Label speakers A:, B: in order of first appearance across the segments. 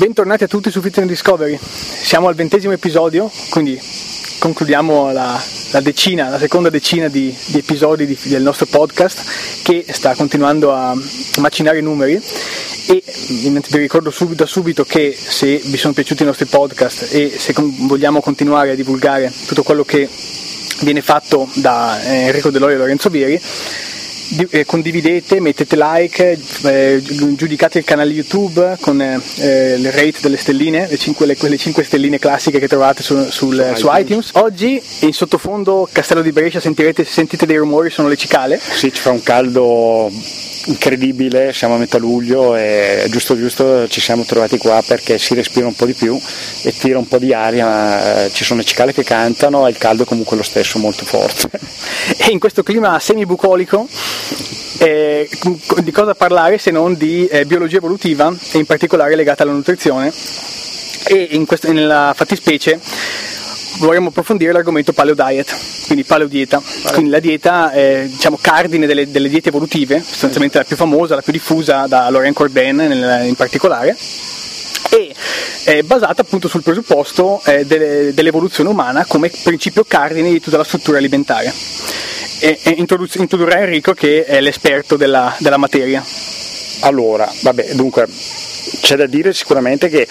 A: Bentornati a tutti su Fitness Discovery. Siamo al 20° episodio, quindi concludiamo la seconda decina di episodi del nostro podcast, che sta continuando a macinare numeri. E vi ricordo subito che se vi sono piaciuti i nostri podcast e se vogliamo continuare a divulgare tutto quello che viene fatto da Enrico Deloria e Lorenzo Vieri, condividete, mettete like, giudicate il canale YouTube con il rate delle stelline, quelle 5 stelline classiche che trovate su iTunes. Oggi in sottofondo Castello di Brescia, sentite dei rumori, sono le cicale.
B: Sì, ci fa un caldo incredibile, siamo a metà luglio e giusto ci siamo trovati qua perché si respira un po' di più e tira un po' di aria, ma ci sono le cicale che cantano e il caldo è comunque lo stesso, molto forte.
A: E in questo clima semi-bucolico di cosa parlare se non di biologia evolutiva, e in particolare legata alla nutrizione, e nella fattispecie vorremmo approfondire l'argomento paleo diet, quindi paleo dieta. Quindi la dieta è, cardine delle diete evolutive, sostanzialmente la più famosa, la più diffusa da Laurent Corbin in particolare, e è basata appunto sul presupposto dell'evoluzione umana come principio cardine di tutta la struttura alimentare. Introdurrà Enrico, che è l'esperto della materia.
B: Allora, dunque c'è da dire sicuramente che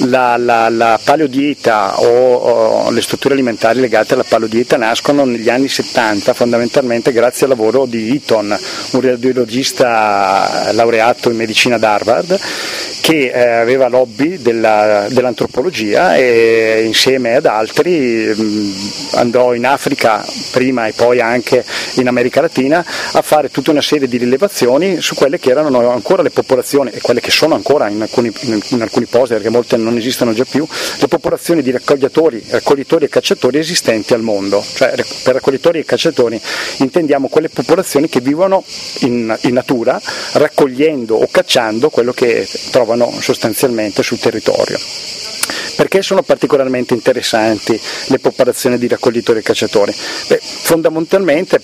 B: la paleodieta o le strutture alimentari legate alla paleodieta nascono negli anni 70, fondamentalmente grazie al lavoro di Eaton, un radiologista laureato in medicina ad Harvard, che aveva l'hobby dell'antropologia e insieme ad altri andò in Africa prima e poi anche in America Latina a fare tutta una serie di rilevazioni su quelle che erano ancora le popolazioni, e quelle che sono ancora in alcuni posti, perché molte non esistono già più, le popolazioni di raccoglitori e cacciatori esistenti al mondo. Cioè, per raccoglitori e cacciatori intendiamo quelle popolazioni che vivono in natura, raccogliendo o cacciando quello che trovano sostanzialmente sul territorio. Perché sono particolarmente interessanti le popolazioni di raccoglitori e cacciatori? Fondamentalmente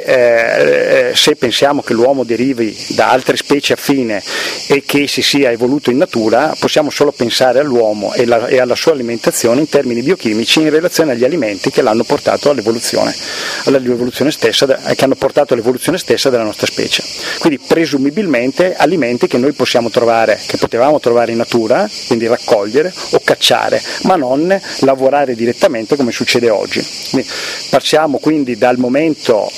B: perché se pensiamo che l'uomo derivi da altre specie affine e che si sia evoluto in natura, possiamo solo pensare all'uomo e alla sua alimentazione in termini biochimici in relazione agli alimenti che l'hanno portato all'evoluzione stessa, che hanno portato all'evoluzione stessa della nostra specie. Quindi presumibilmente alimenti che noi possiamo trovare, che potevamo trovare in natura, quindi raccogliere o cacciare, ma non lavorare direttamente come succede oggi. Passiamo quindi dal momento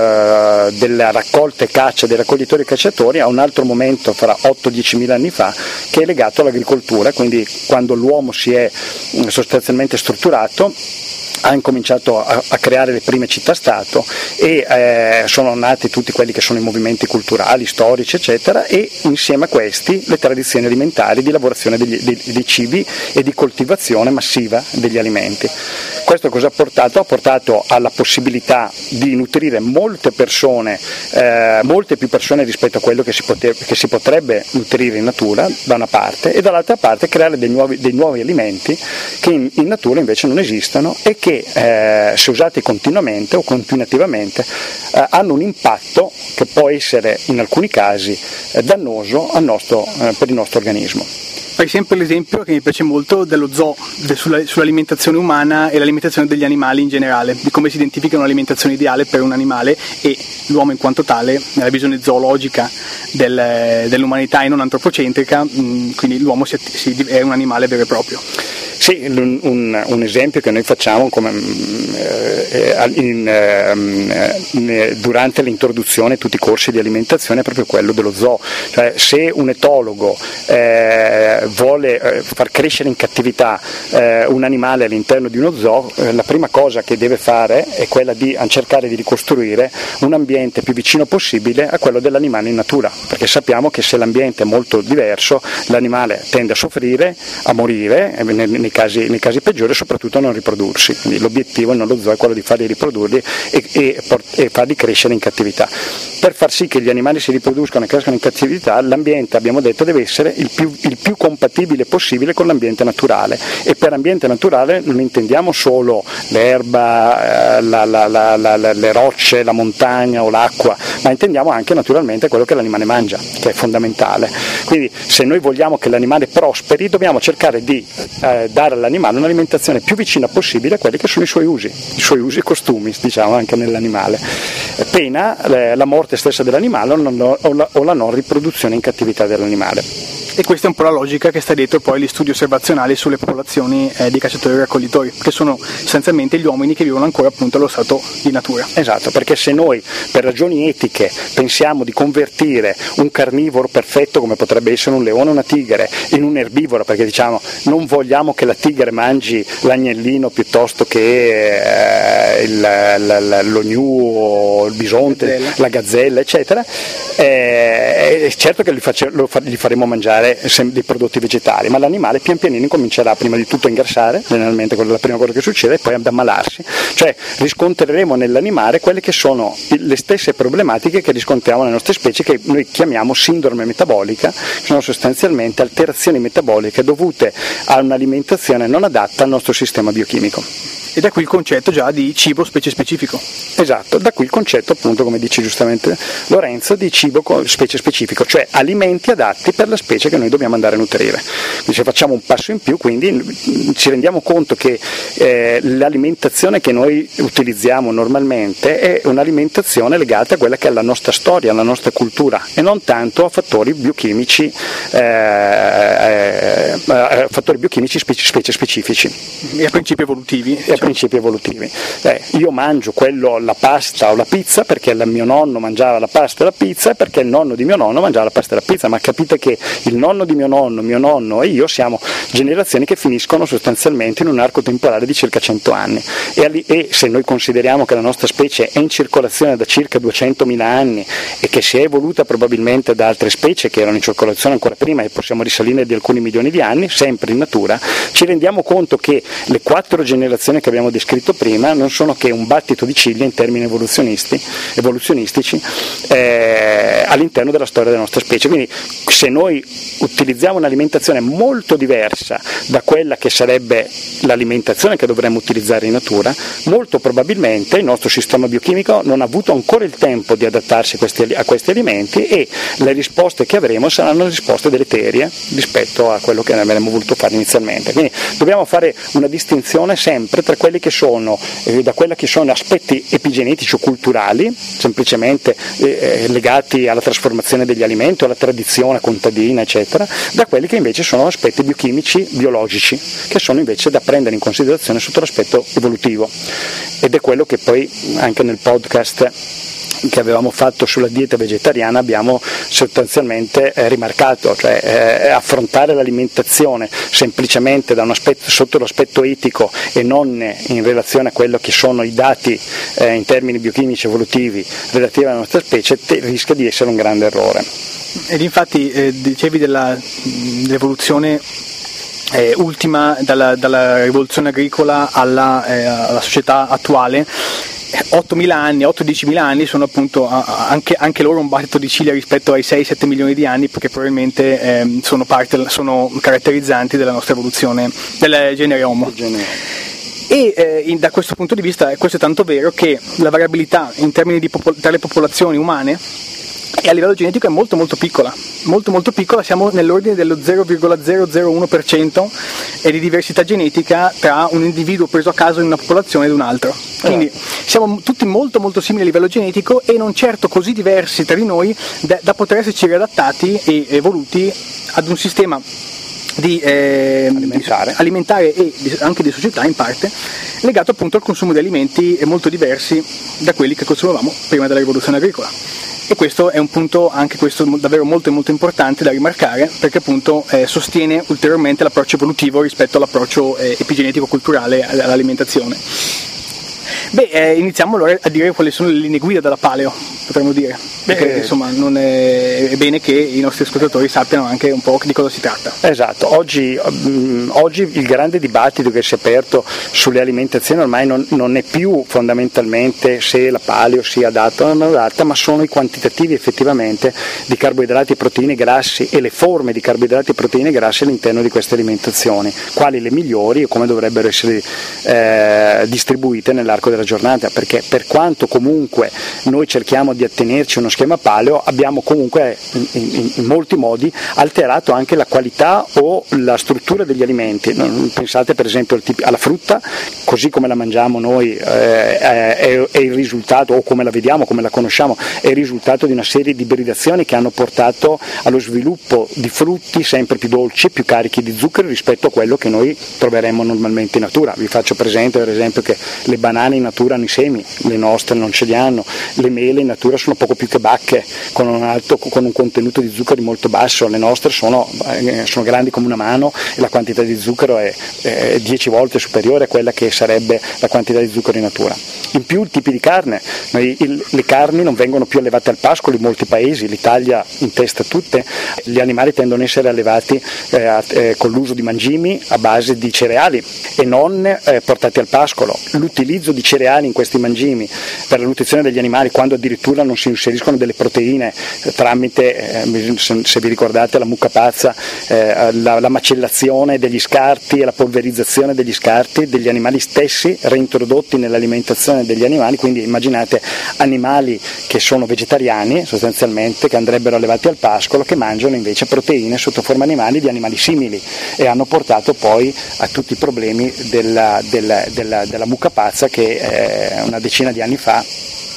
B: della raccolta e caccia dei raccoglitori e cacciatori a un altro momento fra 8-10 mila anni fa, che è legato all'agricoltura, quindi quando l'uomo si è sostanzialmente strutturato, ha incominciato a creare le prime città-stato e sono nati tutti quelli che sono i movimenti culturali, storici, eccetera, e insieme a questi le tradizioni alimentari di lavorazione dei cibi e di coltivazione massiva degli alimenti. Questo cosa ha portato? Ha portato alla possibilità di nutrire molte più persone rispetto a quello che si potrebbe nutrire in natura, da una parte, e dall'altra parte creare dei nuovi alimenti che in natura invece non esistono e che se usati continuamente o continuativamente hanno un impatto che può essere in alcuni casi dannoso per il nostro organismo.
A: Fai sempre l'esempio che mi piace molto dello zoo, sull'alimentazione umana e l'alimentazione degli animali in generale, di come si identifica un'alimentazione ideale per un animale e l'uomo in quanto tale, nella visione zoologica dell'umanità e non antropocentrica, quindi l'uomo è un animale vero e proprio.
B: Sì, un esempio che noi facciamo durante l'introduzione a tutti i corsi di alimentazione è proprio quello dello zoo. Cioè, se un etologo vuole far crescere in cattività un animale all'interno di uno zoo, la prima cosa che deve fare è quella di cercare di ricostruire un ambiente più vicino possibile a quello dell'animale in natura, perché sappiamo che se l'ambiente è molto diverso l'animale tende a soffrire, a morire nei casi peggiori, e soprattutto non riprodursi. Quindi l'obiettivo nello zoo è quello di farli riprodurli e farli crescere in cattività. Per far sì che gli animali si riproducano e crescano in cattività, l'ambiente, abbiamo detto, deve essere il più compatibile possibile con l'ambiente naturale, e per ambiente naturale non intendiamo solo l'erba, le rocce, la montagna o l'acqua, ma intendiamo anche naturalmente quello che l'animale mangia, che è fondamentale. Quindi se noi vogliamo che l'animale prosperi, dobbiamo cercare di dare all'animale un'alimentazione più vicina possibile a quelli che sono i suoi usi e costumi, diciamo, anche nell'animale, pena la morte stessa dell'animale o la non riproduzione in cattività dell'animale.
A: E questa è un po' la logica che sta dietro poi gli studi osservazionali sulle popolazioni di cacciatori e raccoglitori, che sono essenzialmente gli uomini che vivono ancora appunto allo stato di natura.
B: Esatto, perché se noi per ragioni etiche pensiamo di convertire un carnivoro perfetto, come potrebbe essere un leone o una tigre, in un erbivoro, perché diciamo non vogliamo che la tigre mangi l'agnellino piuttosto che lo gnu o il bisonte, la gazzella, eccetera, è certo che gli faremo mangiare dei prodotti vegetali, ma l'animale pian pianino comincerà prima di tutto a ingrassare, generalmente quella è la prima cosa che succede, e poi ad ammalarsi, cioè riscontreremo nell'animale quelle che sono le stesse problematiche che riscontriamo nelle nostre specie, che noi chiamiamo sindrome metabolica, sono sostanzialmente alterazioni metaboliche dovute a un'alimentazione non adatta al nostro sistema biochimico.
A: E da qui il concetto già di cibo specie specifico.
B: Esatto, da qui il concetto, appunto, come dice giustamente Lorenzo, di cibo specie specifico, cioè alimenti adatti per la specie che noi dobbiamo andare a nutrire. Quindi se facciamo un passo in più, quindi ci rendiamo conto che l'alimentazione che noi utilizziamo normalmente è un'alimentazione legata a quella che è la nostra storia, alla nostra cultura, e non tanto a fattori biochimici specie specifici.
A: E a principi evolutivi.
B: Principi evolutivi. Io mangio la pasta o la pizza perché il mio nonno mangiava la pasta e la pizza, e perché il nonno di mio nonno mangiava la pasta e la pizza, ma capite che il nonno di mio nonno e io siamo generazioni che finiscono sostanzialmente in un arco temporale di circa 100 anni, e se noi consideriamo che la nostra specie è in circolazione da circa 200.000 anni e che si è evoluta probabilmente da altre specie che erano in circolazione ancora prima, e possiamo risalire di alcuni milioni di anni, sempre in natura, ci rendiamo conto che le 4 generazioni che abbiamo descritto prima non sono che un battito di ciglia in termini evoluzionistici all'interno della storia della nostra specie. Quindi se noi utilizziamo un'alimentazione molto diversa da quella che sarebbe l'alimentazione che dovremmo utilizzare in natura, molto probabilmente il nostro sistema biochimico non ha avuto ancora il tempo di adattarsi a questi alimenti, e le risposte che avremo saranno risposte deleterie rispetto a quello che ne avremmo voluto fare inizialmente. Quindi dobbiamo fare una distinzione sempre tra quelli che sono aspetti epigenetici o culturali, semplicemente legati alla trasformazione degli alimenti o alla tradizione contadina, eccetera, da quelli che invece sono aspetti biochimici, biologici, che sono invece da prendere in considerazione sotto l'aspetto evolutivo. Ed è quello che poi anche nel podcast che avevamo fatto sulla dieta vegetariana abbiamo sostanzialmente rimarcato, cioè affrontare l'alimentazione semplicemente sotto l'aspetto etico e non in relazione a quello che sono i dati in termini biochimici evolutivi relativi alla nostra specie rischia di essere un grande errore.
A: Ed infatti dicevi dell'evoluzione ultima, dalla rivoluzione agricola alla società attuale. 8.000 anni, 8-10.000 anni sono appunto anche loro un battito di ciglia rispetto ai 6-7 milioni di anni, perché probabilmente sono caratterizzanti della nostra evoluzione del genere Homo. E da questo punto di vista questo è tanto vero che la variabilità in termini tra le popolazioni umane e a livello genetico è molto molto piccola, siamo nell'ordine dello 0,001% di diversità genetica tra un individuo preso a caso in una popolazione ed un altro. Quindi siamo tutti molto molto simili a livello genetico e non certo così diversi tra di noi da poter esserci riadattati e evoluti ad un sistema alimentare e anche di società in parte legato appunto al consumo di alimenti molto diversi da quelli che consumavamo prima della rivoluzione agricola. E questo è un punto, anche questo davvero molto molto importante da rimarcare, perché appunto sostiene ulteriormente l'approccio evolutivo rispetto all'approccio epigenetico culturale all'alimentazione. Iniziamo allora a dire quali sono le linee guida della paleo. potremmo dire, perché insomma non è bene che i nostri ascoltatori sappiano anche un po' di cosa si tratta.
B: Esatto, oggi il grande dibattito che si è aperto sulle alimentazioni ormai non è più fondamentalmente se la paleo sia adatta o non adatta, ma sono i quantitativi effettivamente di carboidrati, proteine, grassi e le forme di carboidrati, proteine e grassi all'interno di queste alimentazioni, quali le migliori e come dovrebbero essere distribuite nell'arco della giornata, perché per quanto comunque noi cerchiamo di attenerci a uno schema paleo, abbiamo comunque in molti modi alterato anche la qualità o la struttura degli alimenti. Pensate per esempio alla frutta, così come la mangiamo noi è il risultato, o come la vediamo, come la conosciamo, è il risultato di una serie di ibridazioni che hanno portato allo sviluppo di frutti sempre più dolci, più carichi di zucchero rispetto a quello che noi troveremmo normalmente in natura. Vi faccio presente per esempio che le banane in natura hanno i semi, le nostre non ce li hanno, le mele in natura sono poco più che bacche con un contenuto di zuccheri molto basso, le nostre sono grandi come una mano e la quantità di zucchero è 10 volte superiore a quella che sarebbe la quantità di zucchero in natura. In più tipi di carne, le carni non vengono più allevate al pascolo in molti paesi, l'Italia in testa a tutte, gli animali tendono a essere allevati con l'uso di mangimi a base di cereali e non portati al pascolo. L'utilizzo di cereali in questi mangimi per la nutrizione degli animali, quando addirittura non si inseriscono delle proteine tramite, se vi ricordate, la mucca pazza, la macellazione degli scarti e la polverizzazione degli scarti degli animali stessi reintrodotti nell'alimentazione degli animali, quindi immaginate animali che sono vegetariani sostanzialmente, che andrebbero allevati al pascolo, che mangiano invece proteine sotto forma animali di animali simili, e hanno portato poi a tutti i problemi della mucca pazza che una decina di anni fa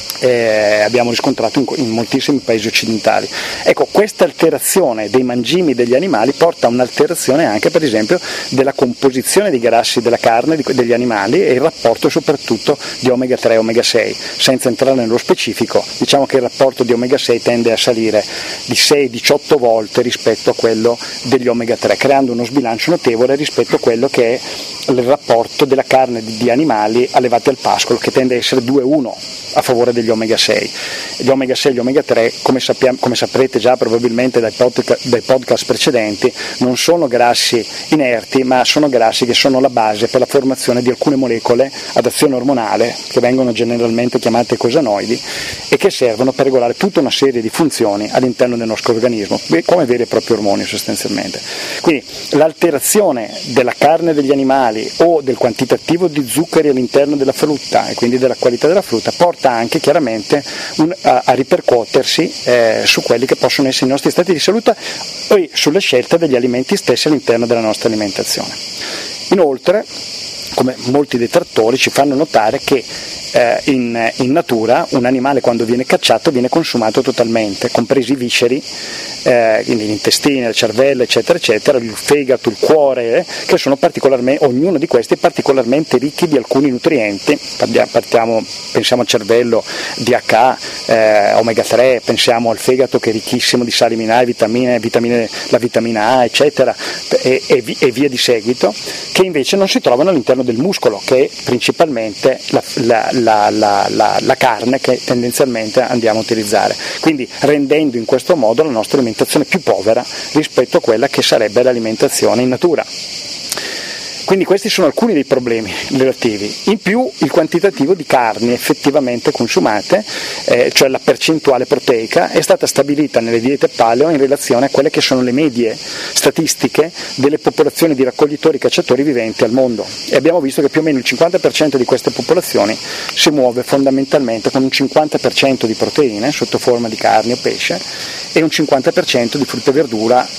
B: abbiamo riscontrato in moltissimi paesi occidentali. Ecco, questa alterazione dei mangimi degli animali porta a un'alterazione anche per esempio della composizione dei grassi della carne degli animali e il rapporto soprattutto di omega 3 e omega 6. Senza entrare nello specifico, diciamo che il rapporto di omega 6 tende a salire di 6-18 volte rispetto a quello degli omega 3, creando uno sbilancio notevole rispetto a quello che è il rapporto della carne di animali allevati al pascolo, che tende a essere 2-1 a favore degli omega 6. Gli omega 6 e gli omega 3, come saprete già probabilmente dai podcast precedenti, non sono grassi inerti, ma sono grassi che sono la base per la formazione di alcune molecole ad azione ormonale, che vengono generalmente chiamate cosanoidi, e che servono per regolare tutta una serie di funzioni all'interno del nostro organismo, come veri e propri ormoni sostanzialmente. Quindi l'alterazione della carne degli animali o del quantitativo di zuccheri all'interno della frutta e quindi della qualità della frutta porta anche chiaramente a ripercuotersi su quelli che possono essere i nostri stati di salute e sulla scelta degli alimenti stessi all'interno della nostra alimentazione. Inoltre, come molti detrattori ci fanno notare che in natura un animale quando viene cacciato viene consumato totalmente, compresi i visceri, quindi l'intestino, il cervello, eccetera, eccetera, il fegato, il cuore, che sono particolarmente, ognuno di questi è particolarmente ricchi di alcuni nutrienti. Pensiamo al cervello, DHA, omega 3, pensiamo al fegato che è ricchissimo di sali minerali, vitamine, la vitamina A, eccetera, e via di seguito, che invece non si trovano all'interno del muscolo, che è principalmente la carne che tendenzialmente andiamo a utilizzare, quindi rendendo in questo modo la nostra alimentazione più povera rispetto a quella che sarebbe l'alimentazione in natura. Quindi questi sono alcuni dei problemi relativi. In più il quantitativo di carni effettivamente consumate, cioè la percentuale proteica, è stata stabilita nelle diete paleo in relazione a quelle che sono le medie statistiche delle popolazioni di raccoglitori e cacciatori viventi al mondo. E abbiamo visto che più o meno il 50% di queste popolazioni si muove fondamentalmente con un 50% di proteine sotto forma di carne o pesce e un 50% di frutta e verdura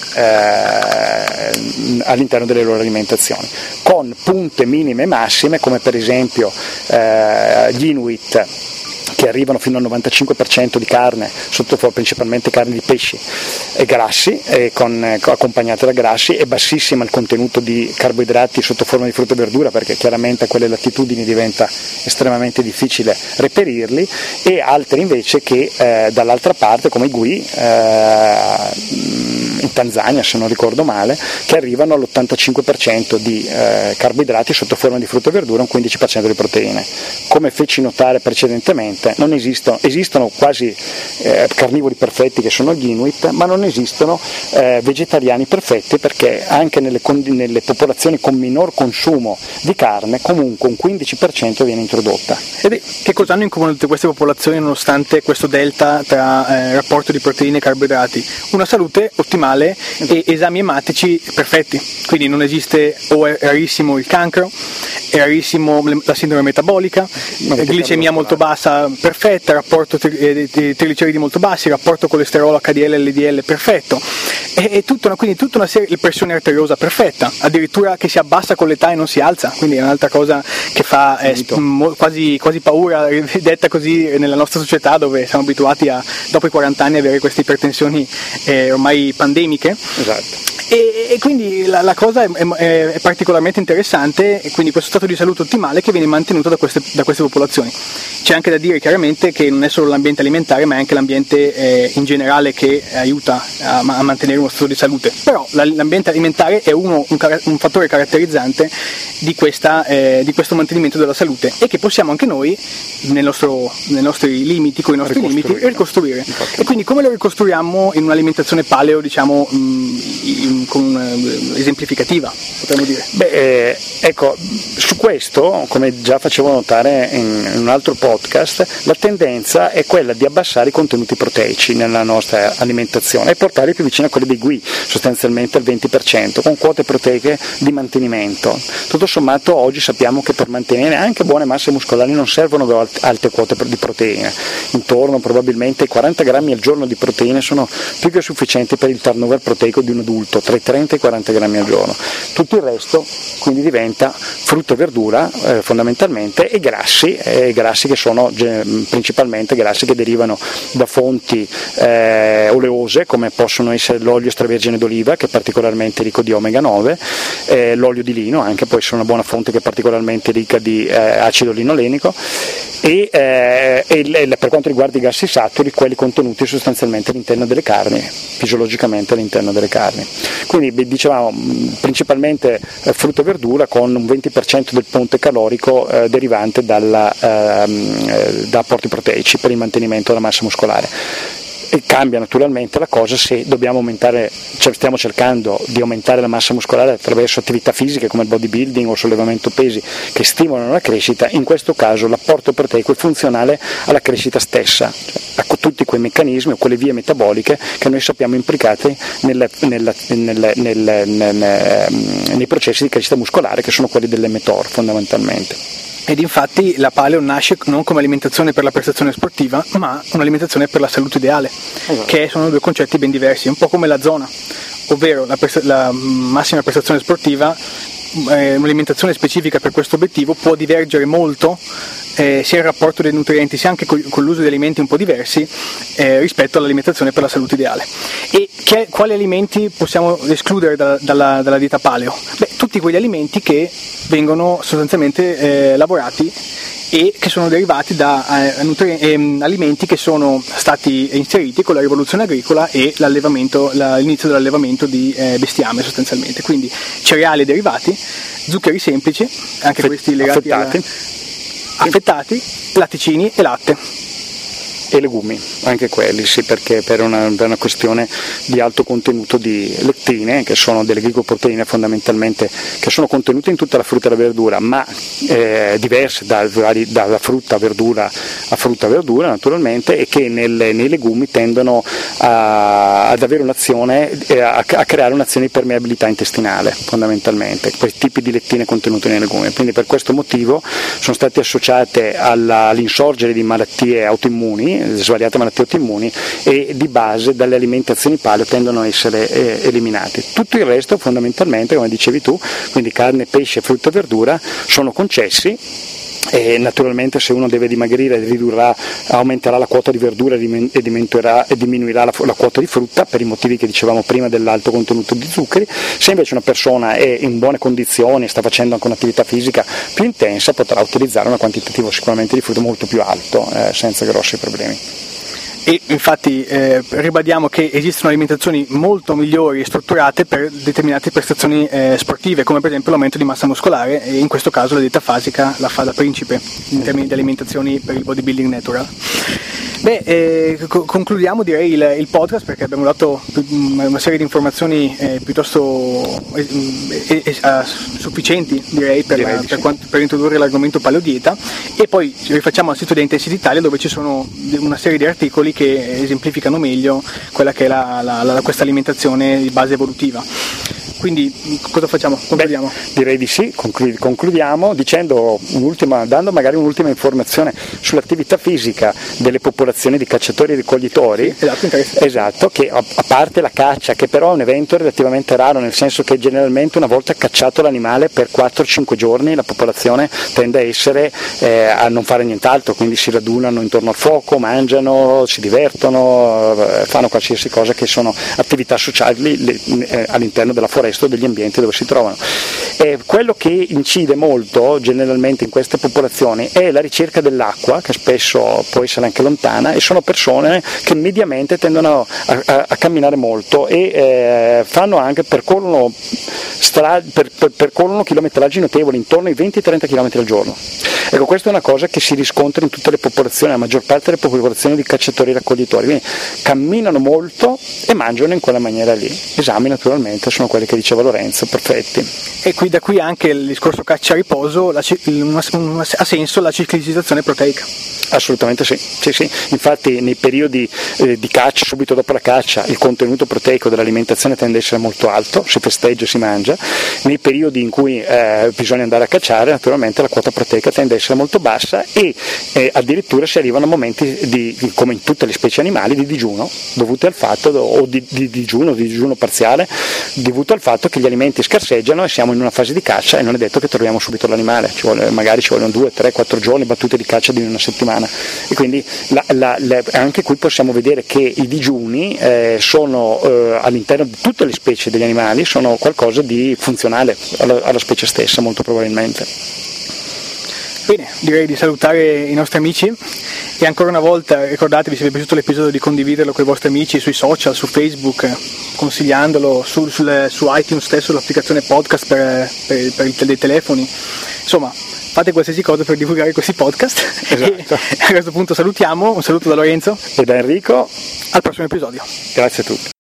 B: all'interno delle loro alimentazioni, con punte minime e massime come per esempio gli Inuit, che arrivano fino al 95% di carne, principalmente carne di pesci e grassi, accompagnate da grassi, e bassissima il contenuto di carboidrati sotto forma di frutta e verdura, perché chiaramente a quelle latitudini diventa estremamente difficile reperirli, e altri invece che dall'altra parte, come i Gui, Tanzania se non ricordo male, che arrivano all'85% di carboidrati sotto forma di frutta e verdura e un 15% di proteine. Come feci notare precedentemente, non esistono quasi carnivori perfetti che sono gli Inuit, ma non esistono vegetariani perfetti, perché anche nelle popolazioni con minor consumo di carne comunque un 15% viene introdotta.
A: E che cosa hanno in comune tutte queste popolazioni nonostante questo delta tra rapporto di proteine e carboidrati? Una salute ottimale e esami ematici perfetti, quindi non esiste, o è rarissimo il cancro, è rarissimo la sindrome metabolica, glicemia molto bassa perfetta, rapporto trigliceridi molto bassi, rapporto colesterolo HDL LDL perfetto, e quindi tutta una serie, pressione arteriosa perfetta, addirittura che si abbassa con l'età e non si alza, quindi è un'altra cosa che fa quasi paura, detta così nella nostra società, dove siamo abituati a dopo i 40 anni avere queste ipertensioni ormai pandemiche.
B: Esatto.
A: E quindi la cosa è particolarmente interessante, e quindi questo stato di salute ottimale che viene mantenuto da queste popolazioni. C'è anche da dire chiaramente che non è solo l'ambiente alimentare, ma è anche l'ambiente in generale che aiuta a mantenere uno stato di salute, però l'ambiente alimentare è un fattore caratterizzante di questo mantenimento della salute, e che possiamo anche noi nei nostri limiti, con i nostri limiti, ricostruire. E quindi come lo ricostruiamo in un'alimentazione paleo, diciamo, esemplificativa, potremmo dire?
B: Ecco, su questo, come già facevo notare in un altro podcast, la tendenza è quella di abbassare i contenuti proteici nella nostra alimentazione e portarli più vicino a quelli dei GUI, sostanzialmente al 20%, con quote proteiche di mantenimento. Tutto sommato oggi sappiamo che per mantenere anche buone masse muscolari non servono alte quote di proteine, intorno probabilmente ai 40 grammi al giorno di proteine sono più che sufficienti per il turnover proteico di un adulto, tra i 30 e i 40 grammi al giorno. Tutto il resto quindi diventa frutta e verdura fondamentalmente, e grassi che sono principalmente grassi che derivano da fonti oleose, come possono essere l'olio extravergine d'oliva, che è particolarmente ricco di omega 9, l'olio di lino anche può essere una buona fonte che è particolarmente ricca di acido linolenico, e per quanto riguarda i grassi saturi, quelli contenuti sostanzialmente all'interno delle carni, fisiologicamente all'interno delle carni. Quindi dicevamo principalmente frutta e verdura, con un 20% del ponte calorico derivante da apporti proteici per il mantenimento della massa muscolare. E cambia naturalmente la cosa se dobbiamo aumentare, stiamo cercando di aumentare la massa muscolare attraverso attività fisiche come il bodybuilding o sollevamento pesi che stimolano la crescita. In questo caso l'apporto proteico è funzionale alla crescita stessa, a tutti quei meccanismi o quelle vie metaboliche che noi sappiamo implicate nei processi di crescita muscolare, che sono quelli dell'mTOR fondamentalmente.
A: Ed infatti la paleo nasce non come alimentazione per la prestazione sportiva, ma un'alimentazione per la salute ideale, che sono due concetti ben diversi, un po' come la zona, ovvero la massima prestazione sportiva, un'alimentazione specifica per questo obiettivo può divergere molto, sia il rapporto dei nutrienti sia anche con l'uso di alimenti un po' diversi rispetto all'alimentazione per la salute ideale. E quali alimenti possiamo escludere dalla dieta paleo? Tutti quegli alimenti che vengono sostanzialmente lavorati e che sono derivati da alimenti che sono stati inseriti con la rivoluzione agricola e l'inizio dell'allevamento di bestiame sostanzialmente, quindi cereali derivati, zuccheri semplici, anche questi legati affettati, latticini e latte.
B: E legumi, anche quelli, sì, perché per una questione di alto contenuto di lettine, che sono delle glicoproteine fondamentalmente, che sono contenute in tutta la frutta e la verdura, ma diverse dalla frutta a verdura naturalmente, e che nei legumi tendono ad avere un'azione, a creare un'azione di permeabilità intestinale fondamentalmente, questi tipi di lettine contenute nei legumi. Quindi per questo motivo sono state associate all'insorgere di malattie autoimmuni, svariate malattie autoimmuni, e di base dalle alimentazioni paleo tendono a essere eliminati. Tutto il resto fondamentalmente, come dicevi tu, quindi carne, pesce, frutta e verdura, sono concessi. E naturalmente se uno deve dimagrire aumenterà la quota di verdura e diminuirà la quota di frutta, per i motivi che dicevamo prima dell'alto contenuto di zuccheri. Se invece una persona è in buone condizioni, sta facendo anche un'attività fisica più intensa, potrà utilizzare un quantitativo sicuramente di frutta molto più alto, senza grossi problemi.
A: E infatti ribadiamo che esistono alimentazioni molto migliori e strutturate per determinate prestazioni sportive, come per esempio l'aumento di massa muscolare, e in questo caso la dieta fasica la fa da principe in termini di alimentazioni per il bodybuilding natural. Concludiamo direi il podcast, perché abbiamo dato una serie di informazioni piuttosto sufficienti, direi, per introdurre l'argomento paleodieta, e poi rifacciamo al sito di Intensity Italia, dove ci sono una serie di articoli che esemplificano meglio quella che è questa alimentazione di base evolutiva. Quindi cosa facciamo? Concludiamo?
B: Direi di sì, concludiamo dando magari un'ultima informazione sull'attività fisica delle popolazioni di cacciatori e raccoglitori.
A: Sì,
B: esatto, che a parte la caccia, che però è un evento relativamente raro, nel senso che generalmente una volta cacciato l'animale per 4-5 giorni la popolazione tende a essere a non fare nient'altro, quindi si radunano intorno al fuoco, mangiano, si divertono, fanno qualsiasi cosa che sono attività sociali all'interno della foresta o degli ambienti dove si trovano. Quello che incide molto generalmente in queste popolazioni è la ricerca dell'acqua, che spesso può essere anche lontana, e sono persone che mediamente tendono a camminare molto e fanno anche percorrono chilometraggi notevoli, intorno ai 20-30 km al giorno. Ecco, questa è una cosa che si riscontra in tutte le popolazioni, la maggior parte delle popolazioni di cacciatori e raccoglitori, quindi camminano molto e mangiano in quella maniera lì. Esami naturalmente sono quelli che diceva Lorenzo, perfetti.
A: E da qui anche il discorso caccia-riposo, ha senso la ciclicizzazione proteica.
B: Assolutamente sì. Infatti nei periodi di caccia, subito dopo la caccia, il contenuto proteico dell'alimentazione tende ad essere molto alto, si festeggia e si mangia. Nei periodi in cui bisogna andare a cacciare, naturalmente la quota proteica tende ad essere molto bassa, e addirittura si arrivano a momenti come in tutte le specie animali, di digiuno, dovuti al fatto, o di digiuno parziale, dovuto al fatto che gli alimenti scarseggiano e siamo in una fase di caccia e non è detto che troviamo subito l'animale, magari ci vogliono 2, 3, 4 giorni, battute di caccia di una settimana. E quindi anche qui possiamo vedere che i digiuni sono all'interno di tutte le specie degli animali, sono qualcosa di funzionale alla specie stessa, molto probabilmente.
A: Bene, direi di salutare i nostri amici, e ancora una volta ricordatevi, se vi è piaciuto l'episodio, di condividerlo con i vostri amici sui social, su Facebook, consigliandolo su iTunes stesso, l'applicazione podcast per dei telefoni. Insomma, fate qualsiasi cosa per divulgare questi podcast.
B: Esatto.
A: E a questo punto salutiamo, un saluto da Lorenzo
B: e da Enrico,
A: al prossimo episodio.
B: Grazie a tutti.